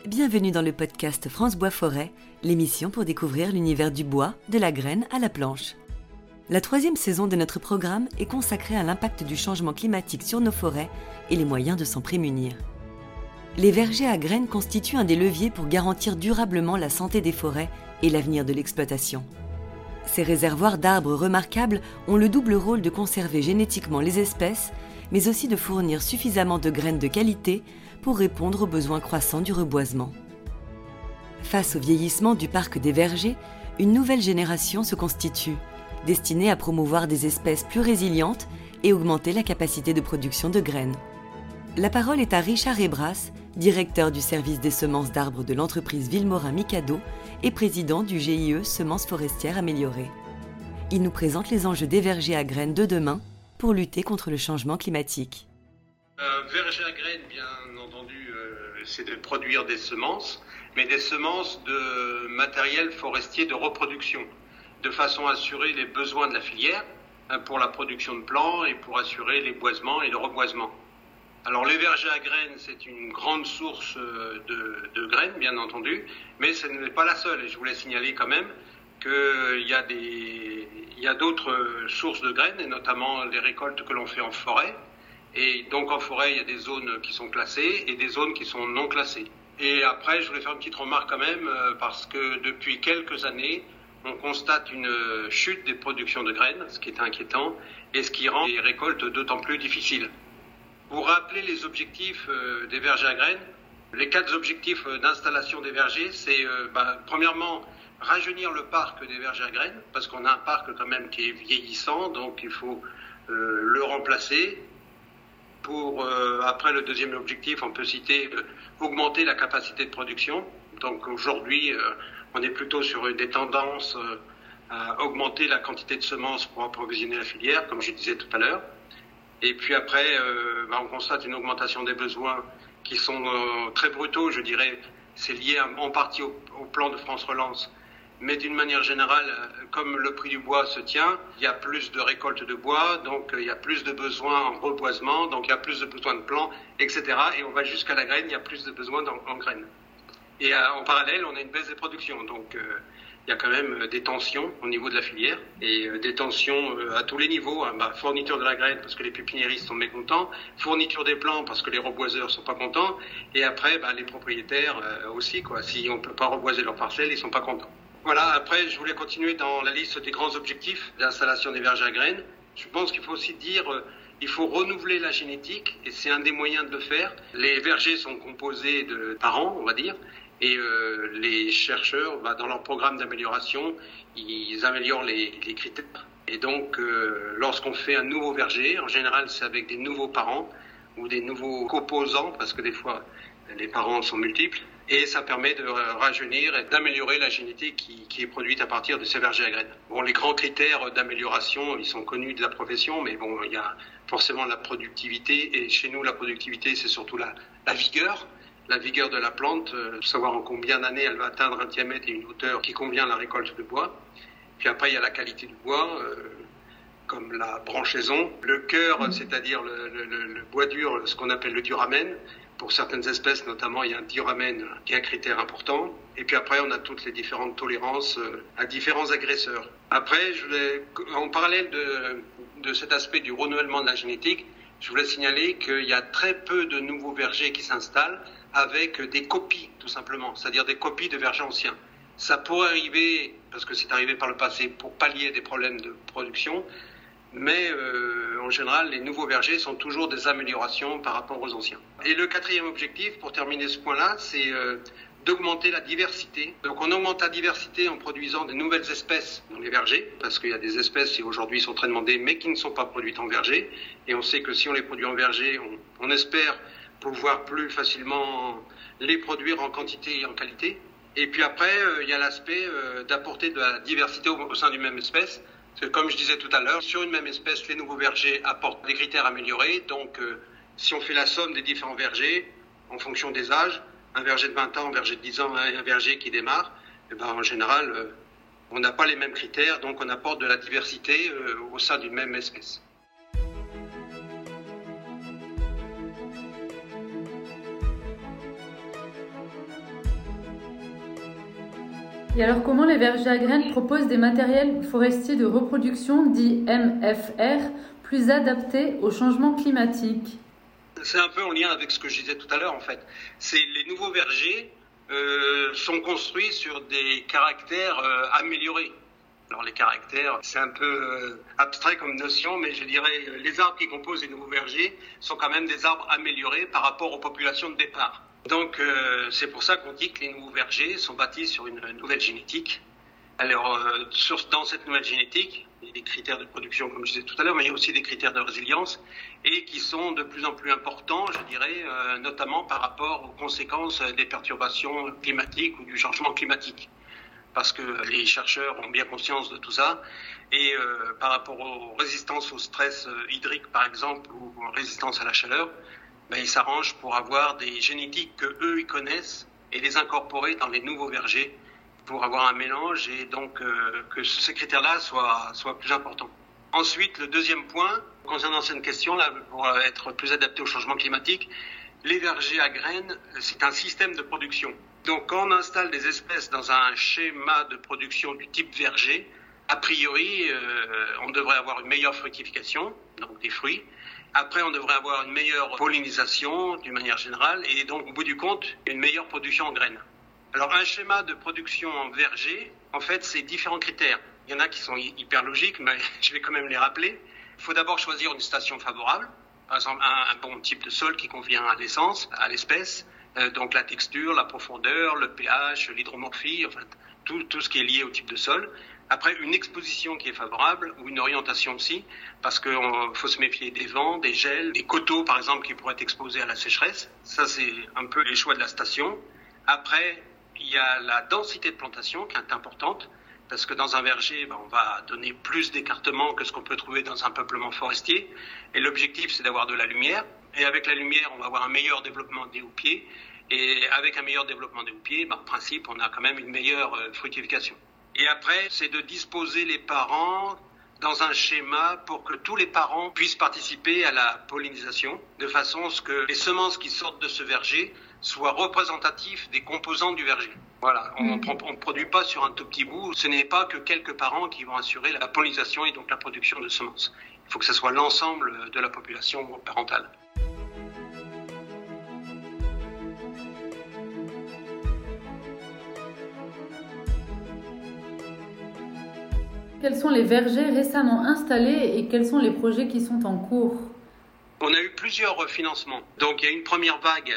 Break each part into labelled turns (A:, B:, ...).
A: Bienvenue dans le podcast France Bois Forêt, l'émission pour découvrir l'univers du bois, de la graine à la planche. La 3e saison de notre programme est consacrée à l'impact du changement climatique sur nos forêts et les moyens de s'en prémunir. Les vergers à graines constituent un des leviers pour garantir durablement la santé des forêts et l'avenir de l'exploitation. Ces réservoirs d'arbres remarquables ont le double rôle de conserver génétiquement les espèces, mais aussi de fournir suffisamment de graines de qualité pour répondre aux besoins croissants du reboisement. Face au vieillissement du parc des vergers, une nouvelle génération se constitue, destinée à promouvoir des espèces plus résilientes et augmenter la capacité de production de graines. La parole est à Richard Ebras, directeur du service des semences d'arbres de l'entreprise Villemorin-Mikado et président du GIE Semences forestières améliorées. Il nous présente les enjeux des vergers à graines de demain pour lutter contre le changement climatique.
B: Un verger à graines, bien entendu, c'est de produire des semences, mais des semences de matériel forestier de reproduction, de façon à assurer les besoins de la filière pour la production de plants et pour assurer les boisements et le reboisement. Alors les vergers à graines, c'est une grande source de graines, bien entendu, mais ce n'est pas la seule. Et je voulais signaler quand même qu'il y a d'autres sources de graines, et notamment les récoltes que l'on fait en forêt. Et donc en forêt, il y a des zones qui sont classées et des zones qui sont non classées. Et après, je voulais faire une petite remarque quand même, parce que depuis quelques années, on constate une chute des productions de graines, ce qui est inquiétant, et ce qui rend les récoltes d'autant plus difficiles. Pour rappeler les objectifs des vergers à graines, les 4 objectifs d'installation des vergers, c'est premièrement rajeunir le parc des vergers à graines, parce qu'on a un parc quand même qui est vieillissant, donc il faut le remplacer. Après le deuxième objectif, on peut citer augmenter la capacité de production. Donc aujourd'hui, on est plutôt sur des tendances à augmenter la quantité de semences pour approvisionner la filière, comme je disais tout à l'heure. Et puis après, on constate une augmentation des besoins qui sont très brutaux, je dirais. C'est lié en partie au plan de France Relance. Mais d'une manière générale, comme le prix du bois se tient, il y a plus de récoltes de bois, donc il y a plus de besoins en reboisement, donc il y a plus de besoins de plants, etc. Et on va jusqu'à la graine, il y a plus de besoins en graines. Et en parallèle, on a une baisse des productions, donc il y a quand même des tensions au niveau de la filière, et des tensions à tous les niveaux. Fourniture de la graine parce que les pépiniéristes sont mécontents, fourniture des plants parce que les reboiseurs sont pas contents, et après les propriétaires aussi, quoi. Si on peut pas reboiser leurs parcelles, ils sont pas contents. Voilà, après je voulais continuer dans la liste des grands objectifs d'installation des vergers à graines. Je pense qu'il faut aussi dire il faut renouveler la génétique, et c'est un des moyens de le faire. Les vergers sont composés de parents, on va dire, et les chercheurs, dans leur programme d'amélioration, ils améliorent les critères. Et donc, lorsqu'on fait un nouveau verger, en général, c'est avec des nouveaux parents ou des nouveaux composants, parce que des fois, les parents sont multiples. Et ça permet de rajeunir et d'améliorer la génétique qui est produite à partir de ces vergers à graines. Bon, les grands critères d'amélioration, ils sont connus de la profession, mais bon, il y a forcément la productivité. Et chez nous, la productivité, c'est surtout la vigueur. La vigueur de la plante, savoir en combien d'années elle va atteindre un diamètre et une hauteur qui convient à la récolte de bois. Puis après, il y a la qualité du bois, comme la branchaison. Le cœur, c'est-à-dire le bois dur, ce qu'on appelle le duramen. Pour certaines espèces, notamment, il y a un duramen qui est un critère important. Et puis après, on a toutes les différentes tolérances à différents agresseurs. Après, en parallèle de cet aspect du renouvellement de la génétique, je voulais signaler qu'il y a très peu de nouveaux vergers qui s'installent avec des copies, tout simplement, c'est-à-dire des copies de vergers anciens. Ça pourrait arriver, parce que c'est arrivé par le passé, pour pallier des problèmes de production, mais en général, les nouveaux vergers sont toujours des améliorations par rapport aux anciens. Et le 4e objectif, pour terminer ce point-là, c'est d'augmenter la diversité. Donc on augmente la diversité en produisant de nouvelles espèces dans les vergers, parce qu'il y a des espèces qui aujourd'hui sont très demandées, mais qui ne sont pas produites en verger. Et on sait que si on les produit en verger, on espère pouvoir plus facilement les produire en quantité et en qualité. Et puis après, il y a l'aspect d'apporter de la diversité au sein d'une même espèce. Parce que comme je disais tout à l'heure, sur une même espèce, les nouveaux vergers apportent des critères améliorés. Donc si on fait la somme des différents vergers, en fonction des âges, un verger de 20 ans, un verger de 10 ans, un verger qui démarre, en général, on n'a pas les mêmes critères, donc on apporte de la diversité au sein d'une même espèce.
C: Et alors, comment les vergers à graines proposent des matériels forestiers de reproduction, dits MFR, plus adaptés au changement climatique?
B: C'est un peu en lien avec ce que je disais tout à l'heure, en fait. Les nouveaux vergers sont construits sur des caractères améliorés. Alors les caractères, c'est un peu abstrait comme notion, mais je dirais les arbres qui composent les nouveaux vergers sont quand même des arbres améliorés par rapport aux populations de départ. Donc c'est pour ça qu'on dit que les nouveaux vergers sont bâtis sur une nouvelle génétique. Alors dans cette nouvelle génétique, il y a des critères de production comme je disais tout à l'heure, mais il y a aussi des critères de résilience et qui sont de plus en plus importants, je dirais, notamment par rapport aux conséquences des perturbations climatiques ou du changement climatique. Parce que les chercheurs ont bien conscience de tout ça. Et par rapport aux résistances au stress hydrique, par exemple, ou aux résistances à la chaleur, ils s'arrangent pour avoir des génétiques que eux ils connaissent et les incorporer dans les nouveaux vergers pour avoir un mélange et donc que ces critères-là soient plus importants. Ensuite, le deuxième point, concernant cette question-là, pour être plus adapté au changement climatique, les vergers à graines, c'est un système de production. Donc, quand on installe des espèces dans un schéma de production du type verger, a priori, on devrait avoir une meilleure fructification, donc des fruits. Après, on devrait avoir une meilleure pollinisation, d'une manière générale, et donc, au bout du compte, une meilleure production en graines. Alors, un schéma de production en verger, en fait, c'est différents critères. Il y en a qui sont hyper logiques, mais je vais quand même les rappeler. Il faut d'abord choisir une station favorable, par exemple un bon type de sol qui convient à l'essence, à l'espèce. Donc la texture, la profondeur, le pH, l'hydromorphie, enfin tout ce qui est lié au type de sol. Après, une exposition qui est favorable ou une orientation aussi, parce qu'il faut se méfier des vents, des gels, des coteaux par exemple qui pourraient être exposés à la sécheresse. Ça, c'est un peu les choix de la station. Après, il y a la densité de plantation qui est importante, parce que dans un verger, on va donner plus d'écartement que ce qu'on peut trouver dans un peuplement forestier. Et l'objectif, c'est d'avoir de la lumière. Et avec la lumière, on va avoir un meilleur développement des houppiers. Et avec un meilleur développement des houppiers, en principe, on a quand même une meilleure fructification. Et après, c'est de disposer les parents dans un schéma pour que tous les parents puissent participer à la pollinisation, de façon à ce que les semences qui sortent de ce verger soient représentatifs des composants du verger. Voilà, on ne produit pas sur un tout petit bout, ce n'est pas que quelques parents qui vont assurer la pollinisation et donc la production de semences. Il faut que ce soit l'ensemble de la population parentale.
C: Quels sont les vergers récemment installés et quels sont les projets qui sont en cours?
B: On a eu plusieurs financements. Donc il y a une première vague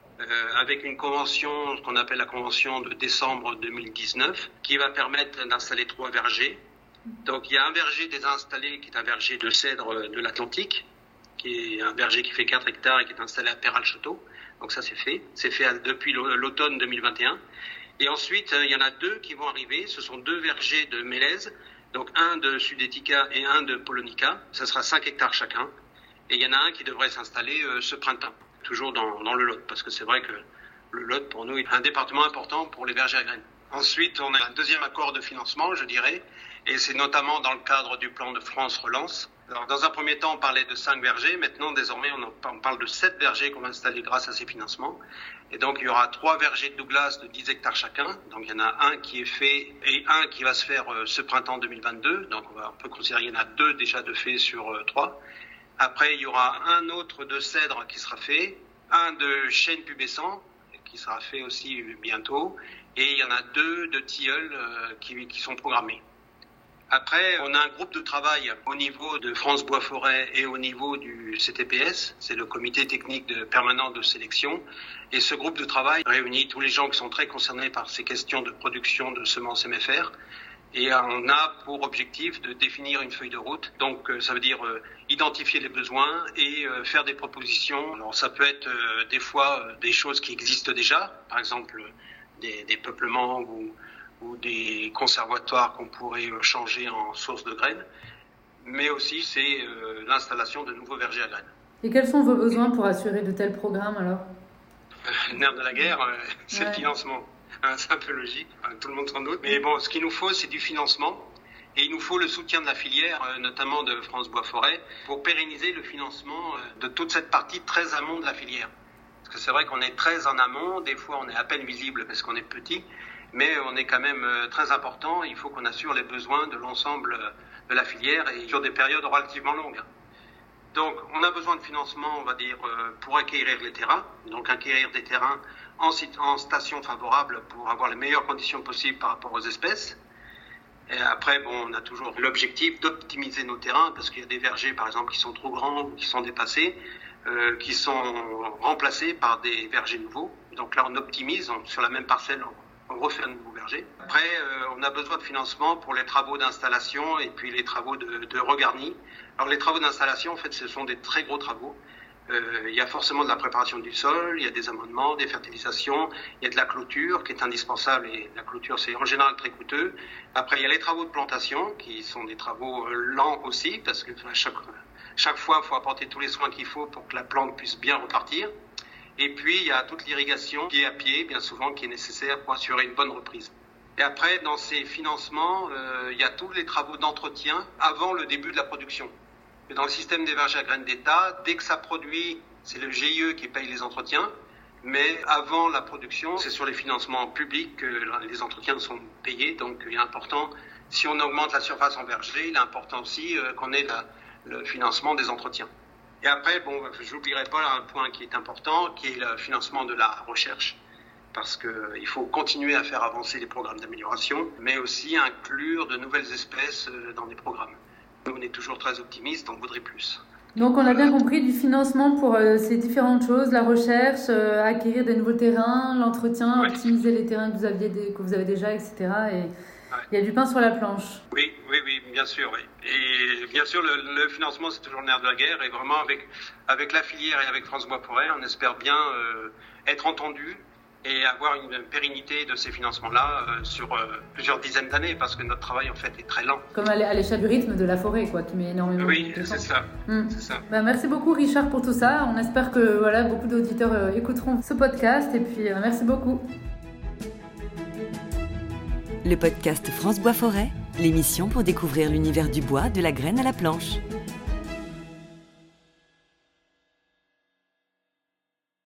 B: avec une convention, ce qu'on appelle la convention de décembre 2019, qui va permettre d'installer 3 vergers. Donc il y a un verger déjà installé qui est un verger de cèdre de l'Atlantique, qui est un verger qui fait 4 hectares et qui est installé à Perral-Château. Donc ça c'est fait depuis l'automne 2021. Et ensuite il y en a 2 qui vont arriver, ce sont 2 vergers de mélèze, donc un de Sudetica et un de Polonica. Ça sera 5 hectares chacun. Et il y en a un qui devrait s'installer ce printemps, toujours dans le Lot, parce que c'est vrai que le Lot, pour nous, est un département important pour les vergers à graines. Ensuite, on a un deuxième accord de financement, je dirais, et c'est notamment dans le cadre du plan de France Relance. Alors, dans un premier temps, on parlait de 5 vergers. Maintenant, désormais, on parle de 7 vergers qu'on va installer grâce à ces financements. Et donc, il y aura 3 vergers de Douglas de 10 hectares chacun. Donc, il y en a un qui est fait et un qui va se faire ce printemps 2022. Donc, on peut considérer qu'il y en a 2 déjà de faits sur 3. Après, il y aura un autre de cèdre qui sera fait, un de chêne pubescent qui sera fait aussi bientôt, et il y en a 2 de tilleuls qui sont programmés. Après, on a un groupe de travail au niveau de France Bois Forêt et au niveau du CTPS, c'est le comité technique permanent de sélection. Et ce groupe de travail réunit tous les gens qui sont très concernés par ces questions de production de semences MFR. Et on a pour objectif de définir une feuille de route. Donc ça veut dire identifier les besoins et faire des propositions. Alors ça peut être des fois des choses qui existent déjà, par exemple des peuplements ou des conservatoires qu'on pourrait changer en source de graines, mais aussi c'est l'installation de nouveaux vergers à graines.
C: Et quels sont vos besoins pour assurer de tels programmes alors?
B: Le nerf de la guerre, c'est le financement. C'est un peu logique, tout le monde s'en doute. Mais bon, ce qu'il nous faut, c'est du financement. Et il nous faut le soutien de la filière, notamment de France Bois Forêt, pour pérenniser le financement de toute cette partie très amont de la filière. Parce que c'est vrai qu'on est très en amont, des fois on est à peine visible parce qu'on est petit. mais on est quand même très important. Il faut qu'on assure les besoins de l'ensemble de la filière et sur des périodes relativement longues. Donc, on a besoin de financement, on va dire, pour acquérir les terrains. Donc, acquérir des terrains en station favorable pour avoir les meilleures conditions possibles par rapport aux espèces. Et après, on a toujours l'objectif d'optimiser nos terrains parce qu'il y a des vergers, par exemple, qui sont trop grands ou qui sont dépassés, qui sont remplacés par des vergers nouveaux. Donc là, on optimise sur la même parcelle. On refait un nouveau verger. Après, on a besoin de financement pour les travaux d'installation et puis les travaux de regarni. Alors les travaux d'installation, en fait, ce sont des très gros travaux. Il y a forcément de la préparation du sol, il y a des amendements, des fertilisations, il y a de la clôture qui est indispensable et la clôture c'est en général très coûteux. Après, il y a les travaux de plantation qui sont des travaux lents aussi parce que chaque fois, il faut apporter tous les soins qu'il faut pour que la plante puisse bien repartir. Et puis, il y a toute l'irrigation pied à pied, bien souvent, qui est nécessaire pour assurer une bonne reprise. Et après, dans ces financements, il y a tous les travaux d'entretien avant le début de la production. Et dans le système des vergers à graines d'État, dès que ça produit, c'est le GIE qui paye les entretiens. Mais avant la production, c'est sur les financements publics que les entretiens sont payés. Donc, il est important, si on augmente la surface en verger, il est important aussi qu'on ait le financement des entretiens. Et après, je n'oublierai pas un point qui est important, qui est le financement de la recherche, parce qu'il faut continuer à faire avancer les programmes d'amélioration, mais aussi inclure de nouvelles espèces dans les programmes. Nous, on est toujours très optimistes, on voudrait plus.
C: Donc, on a bien compris du financement pour ces différentes choses, la recherche, acquérir des nouveaux terrains, l'entretien, optimiser les terrains que vous avez déjà, etc. Et il y a du pain sur la planche.
B: Oui, bien sûr. Oui. Et bien sûr, le financement, c'est toujours le nerf de la guerre. Et vraiment, avec la filière et avec France Bois Forêt, on espère bien être entendu et avoir une pérennité de ces financements-là sur plusieurs dizaines d'années, parce que notre travail, en fait, est très lent.
C: Comme à l'échelle du rythme de la forêt, quoi, qui met énormément de temps.
B: C'est ça. C'est ça.
C: Merci beaucoup, Richard, pour tout ça. On espère que beaucoup d'auditeurs écouteront ce podcast. Et puis, merci beaucoup.
A: Le podcast France Bois Forêt, l'émission pour découvrir l'univers du bois, de la graine à la planche.